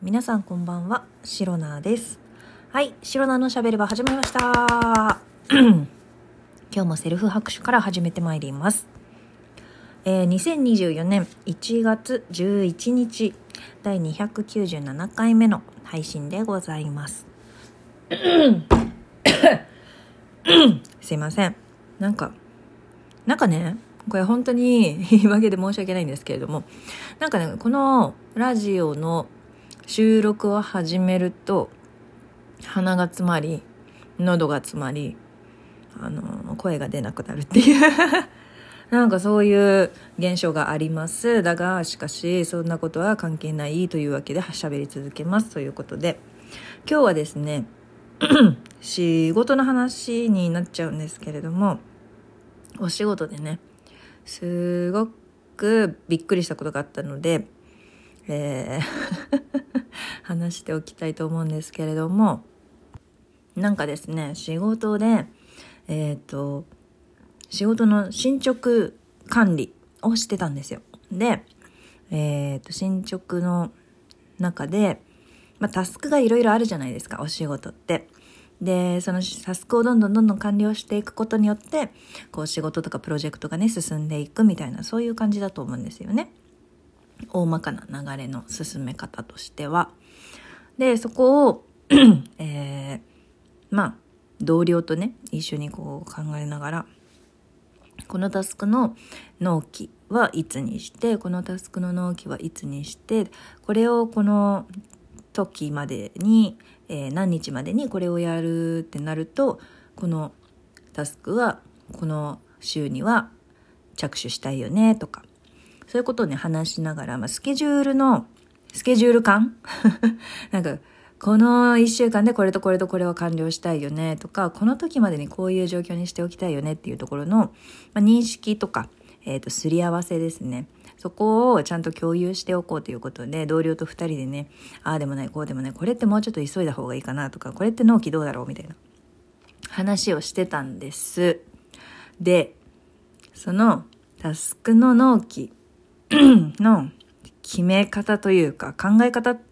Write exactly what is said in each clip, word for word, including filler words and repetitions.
皆さんこんばんは、シロナです。はい、シロナのしゃべり場始まりました今日もセルフ拍手から始めてまいります。えー、にせんにじゅうよねんいちがつじゅういちにちだいにひゃくきゅうじゅうななかいめの配信でございますすいません。なんかなんかねこれ本当に言い訳で申し訳ないんですけれども、なんかねこのラジオの収録を始めると鼻が詰まり喉が詰まりあの声が出なくなるっていうなんかそういう現象があります。だがしかしそんなことは関係ないというわけで喋り続けますということで、今日はですね仕事の話になっちゃうんですけれども、お仕事でねすごくびっくりしたことがあったので、えー、話しておきたいと思うんですけれども、なんかですね仕事でえっと仕事の進捗管理をしてたんですよ。で、えっと進捗の中で、まあ、タスクがいろいろあるじゃないですか、お仕事って。でそのタスクをどんどんどんどん完了していくことによってこう仕事とかプロジェクトがね進んでいくみたいな、そういう感じだと思うんですよね、大まかな流れの進め方としては。でそこを、えー、まあ同僚とね一緒にこう考えながら、このタスクの納期はいつにして、このタスクの納期はいつにして、これをこの時までに、えー、何日までにこれをやるってなると、このタスクはこの週には着手したいよねとか、そういうことをね話しながら、まあ、スケジュールのスケジュール感なんかこのいっしゅうかんでこれとこれとこれは完了したいよねとか、この時までにこういう状況にしておきたいよねっていうところの、まあ、認識とか、えーと、すり合わせですね。そこをちゃんと共有しておこうということで、同僚とふたりでね、ああでもないこうでもない、これってもうちょっと急いだ方がいいかなとか、これって納期どうだろうみたいな話をしてたんです。でそのタスクの納期の決め方というか考え方って、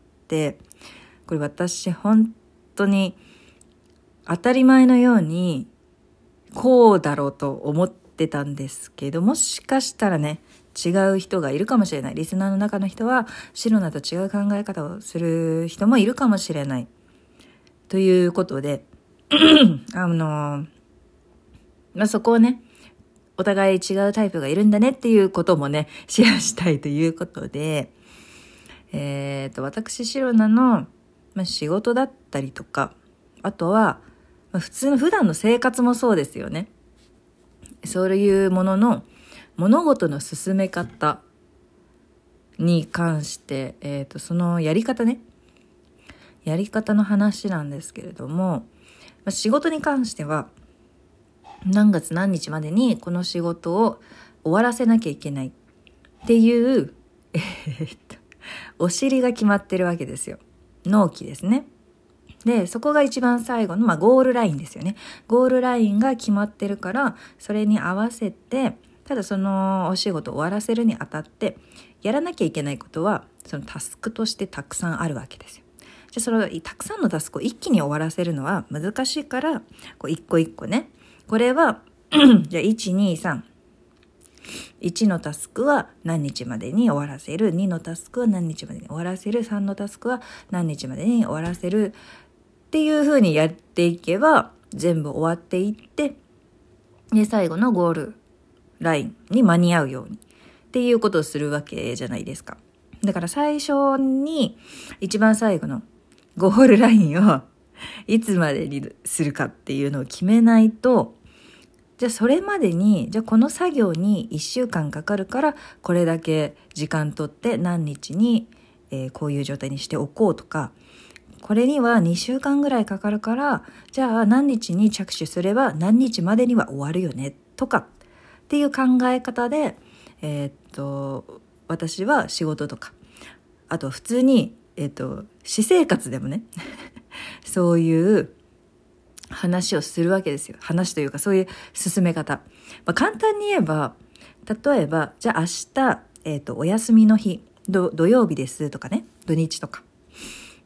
これ私本当に当たり前のようにこうだろうと思ってたんですけど、もしかしたらね違う人がいるかもしれない。リスナーの中の人はシロナと違う考え方をする人もいるかもしれないということであのまあ、そこをねお互い違うタイプがいるんだねっていうこともねシェアしたいということで、えーと私シロナの、まあ、仕事だったりとか、あとは、まあ、普通の普段の生活もそうですよね。そういうものの物事の進め方に関して、えーとそのやり方ねやり方の話なんですけれども、まあ、仕事に関しては何月何日までにこの仕事を終わらせなきゃいけないっていう、えー、っとお尻が決まってるわけですよ。納期ですね。でそこが一番最後の、まあ、ゴールラインですよね。ゴールラインが決まってるから、それに合わせて、ただそのお仕事を終わらせるにあたってやらなきゃいけないことはそのタスクとしてたくさんあるわけですよ。じゃあそのたくさんのタスクを一気に終わらせるのは難しいから、こう一個一個ね、これはじゃあいち、に、さん、いちのタスクは何日までに終わらせる、にのタスクは何日までに終わらせる、さんのタスクは何日までに終わらせるっていう風にやっていけば全部終わっていって、で最後のゴールラインに間に合うようにっていうことをするわけじゃないですか。だから最初に一番最後のゴールラインをいつまでにするかっていうのを決めないと、じゃあそれまでに、じゃあこの作業にいっしゅうかんかかるからこれだけ時間取って何日に、えー、こういう状態にしておこうとか、これにはにしゅうかんぐらいかかるからじゃあ何日に着手すれば何日までには終わるよねとかっていう考え方で、えー、っと私は仕事とか、あと普通に、えー、っと私生活でもねそういう話をするわけですよ。話というかそういう進め方、まあ、簡単に言えば、例えばじゃあ明日、えー、とお休みの日、ど土曜日ですとかね、土日とか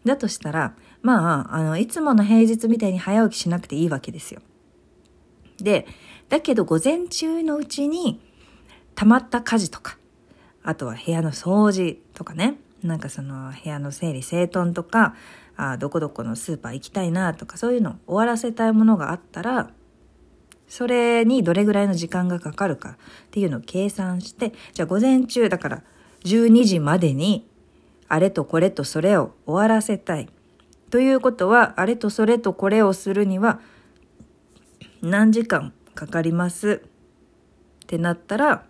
だとしたら、まあ、あの、いつもの平日みたいに早起きしなくていいわけですよ。で、だけど午前中のうちに溜まった家事とか、あとは部屋の掃除とかね、なんかその部屋の整理整頓とか、あどこどこのスーパー行きたいなとか、そういうの終わらせたいものがあったら、それにどれぐらいの時間がかかるかっていうのを計算して、じゃあ午前中だからじゅうにじまでにあれとこれとそれを終わらせたい。ということは、あれとそれとこれをするには何時間かかりますってなったら、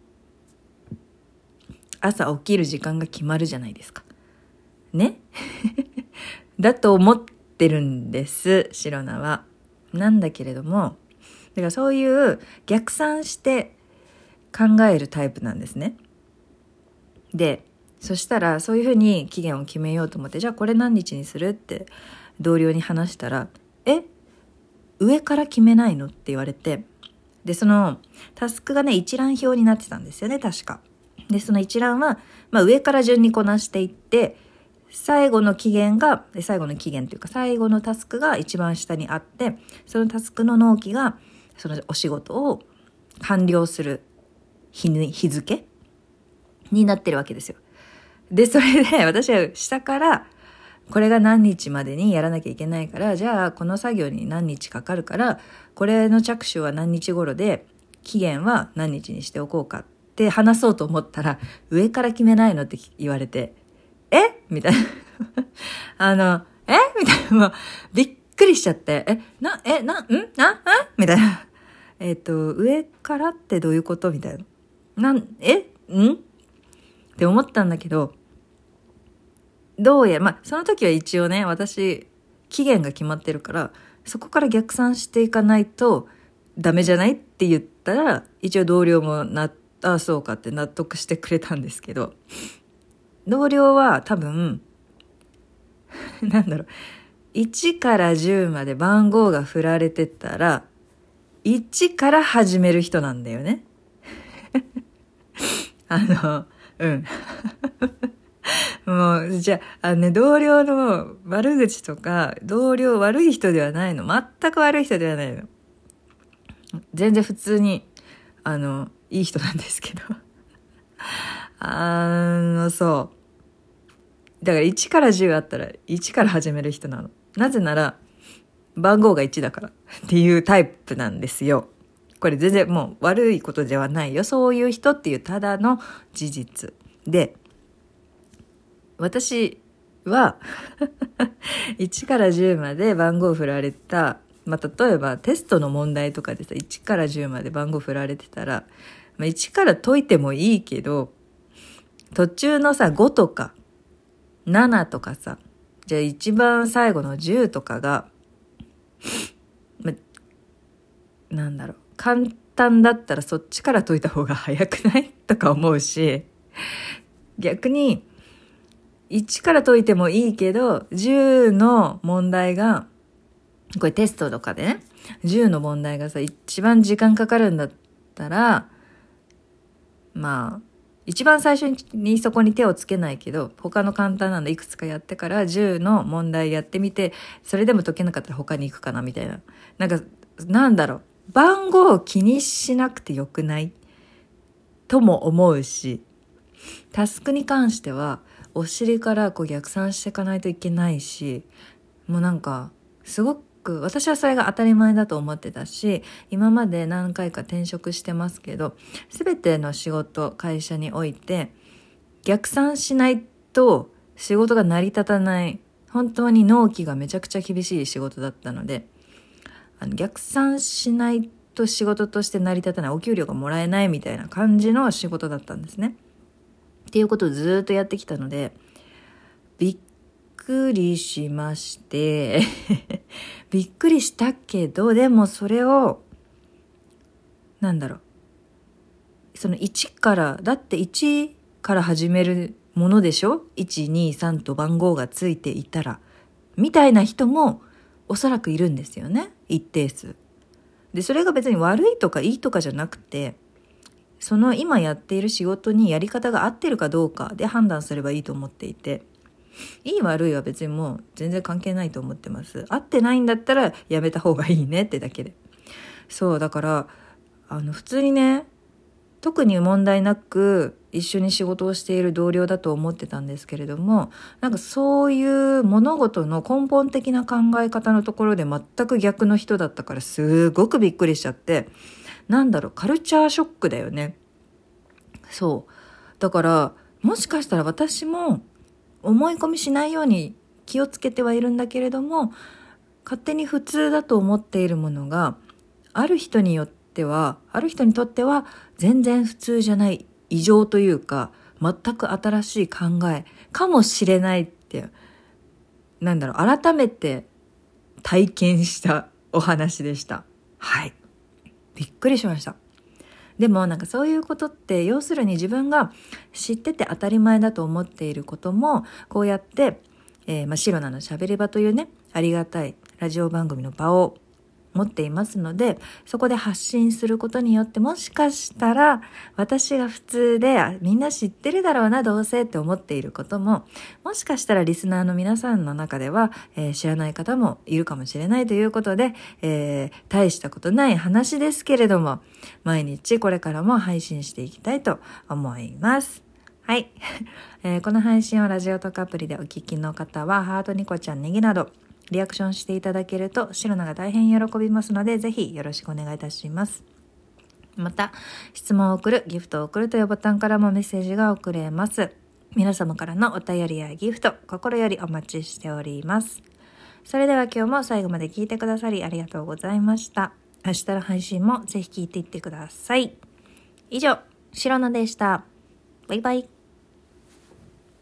朝起きる時間が決まるじゃないですか。ねだと思ってるんです、シロナは。なんだけれども、だからそういう逆算して考えるタイプなんですね。で、そしたらそういうふうに期限を決めようと思って、じゃあこれ何日にするって同僚に話したら、え上から決めないのって言われて、でそのタスクがね一覧表になってたんですよね、確か。でその一覧は、まあ、上から順にこなしていって、最後の期限が最後の期限というか最後のタスクが一番下にあって、そのタスクの納期がそのお仕事を完了する 日, 日付になってるわけですよ。でそれで私は下からこれが何日までにやらなきゃいけないから、じゃあこの作業に何日かかるから、これの着手は何日頃で期限は何日にしておこうかって話そうと思ったら、上から決めないのって言われて、えみたいなあのえみたいな、もうびっくりしちゃって、えなえなんなあみたいな、えっと上からってどういうことみたいな、なんえんって思ったんだけど、どうやら、まあ、その時は一応ね、私、期限が決まってるから、そこから逆算していかないとダメじゃないって言ったら、一応同僚もな、あ、そうかって納得してくれたんですけど、同僚は多分、なんだろう、いちからじゅうまで番号が振られてたら、いちから始める人なんだよね。あの、うん。もう、じゃあ、あのね、同僚の悪口とか、同僚悪い人ではないの。全く悪い人ではないの。全然普通に、あの、いい人なんですけど。あの、そう。だからいちからじゅうあったらいちから始める人なの。なぜなら、番号がいちだからっていうタイプなんですよ。これ全然もう悪いことではないよ。そういう人っていうただの事実。で、私は、いちからじゅうまで番号振られた、まあ、例えばテストの問題とかでさ、いちからじゅうまで番号振られてたら、まあ、いちから解いてもいいけど、途中のさ、ごとか、ななとかさ、じゃあ一番最後のじゅうとかが、まあ、なんだろう、簡単だったらそっちから解いた方が早くないとか思うし、逆に、いちから解いてもいいけど、じゅうの問題が、これテストとかでね、じゅうの問題がさ、一番時間かかるんだったら、まあ、一番最初にそこに手をつけないけど、他の簡単なのいくつかやってからじゅうの問題やってみて、それでも解けなかったら他に行くかなみたいな。なんか、なんだろう、番号を気にしなくてよくないとも思うし、タスクに関しては、お尻からこう逆算していかないといけないし、もうなんかすごく私はそれが当たり前だと思ってたし、今まで何回か転職してますけど、全ての仕事会社において逆算しないと仕事が成り立たない、本当に納期がめちゃくちゃ厳しい仕事だったので、あの逆算しないと仕事として成り立たない、お給料がもらえないみたいな感じの仕事だったんですね。っていうことをずっとやってきたので、びっくりしましてびっくりしたけど、でもそれをなんだろう、そのいちからだっていちから始めるものでしょ、いちにさんと番号がついていたらみたいな人もおそらくいるんですよね、一定数で。それが別に悪いとかいいとかじゃなくて、その今やっている仕事にやり方が合ってるかどうかで判断すればいいと思っていて、 いい悪いは別にもう全然関係ないと思ってます。合ってないんだったらやめた方がいいねってだけで。そうだからあの普通にね、特に問題なく一緒に仕事をしている同僚だと思ってたんですけれども、なんかそういう物事の根本的な考え方のところで全く逆の人だったから、すごくびっくりしちゃって、なんだろう、カルチャーショックだよね。そうだからもしかしたら私も思い込みしないように気をつけてはいるんだけれども、勝手に普通だと思っているものがある人によってではある人にとっては全然普通じゃない、異常というか全く新しい考えかもしれないって、なんだろう、改めて体験したお話でした。はい、びっくりしました。でもなんかそういうことって、要するに自分が知ってて当たり前だと思っていることも、こうやって、えーまあ、シロナのしゃべり場というね、ありがたいラジオ番組の場を持っていますので、そこで発信することによって、もしかしたら私が普通でみんな知ってるだろうなどうせって思っていることも、もしかしたらリスナーの皆さんの中では、えー、知らない方もいるかもしれないということで、えー、大したことない話ですけれども、毎日これからも配信していきたいと思います。はい、えー、この配信をラジオトークアプリでお聞きの方は、ハート、ニコちゃん、ネギなどリアクションしていただけるとシロナが大変喜びますので、ぜひよろしくお願いいたします。また質問を送る、ギフトを送るというボタンからもメッセージが送れます。皆様からのお便りやギフト、心よりお待ちしております。それでは今日も最後まで聞いてくださりありがとうございました。明日の配信もぜひ聞いていってください。以上、シロナでした。バイバイ。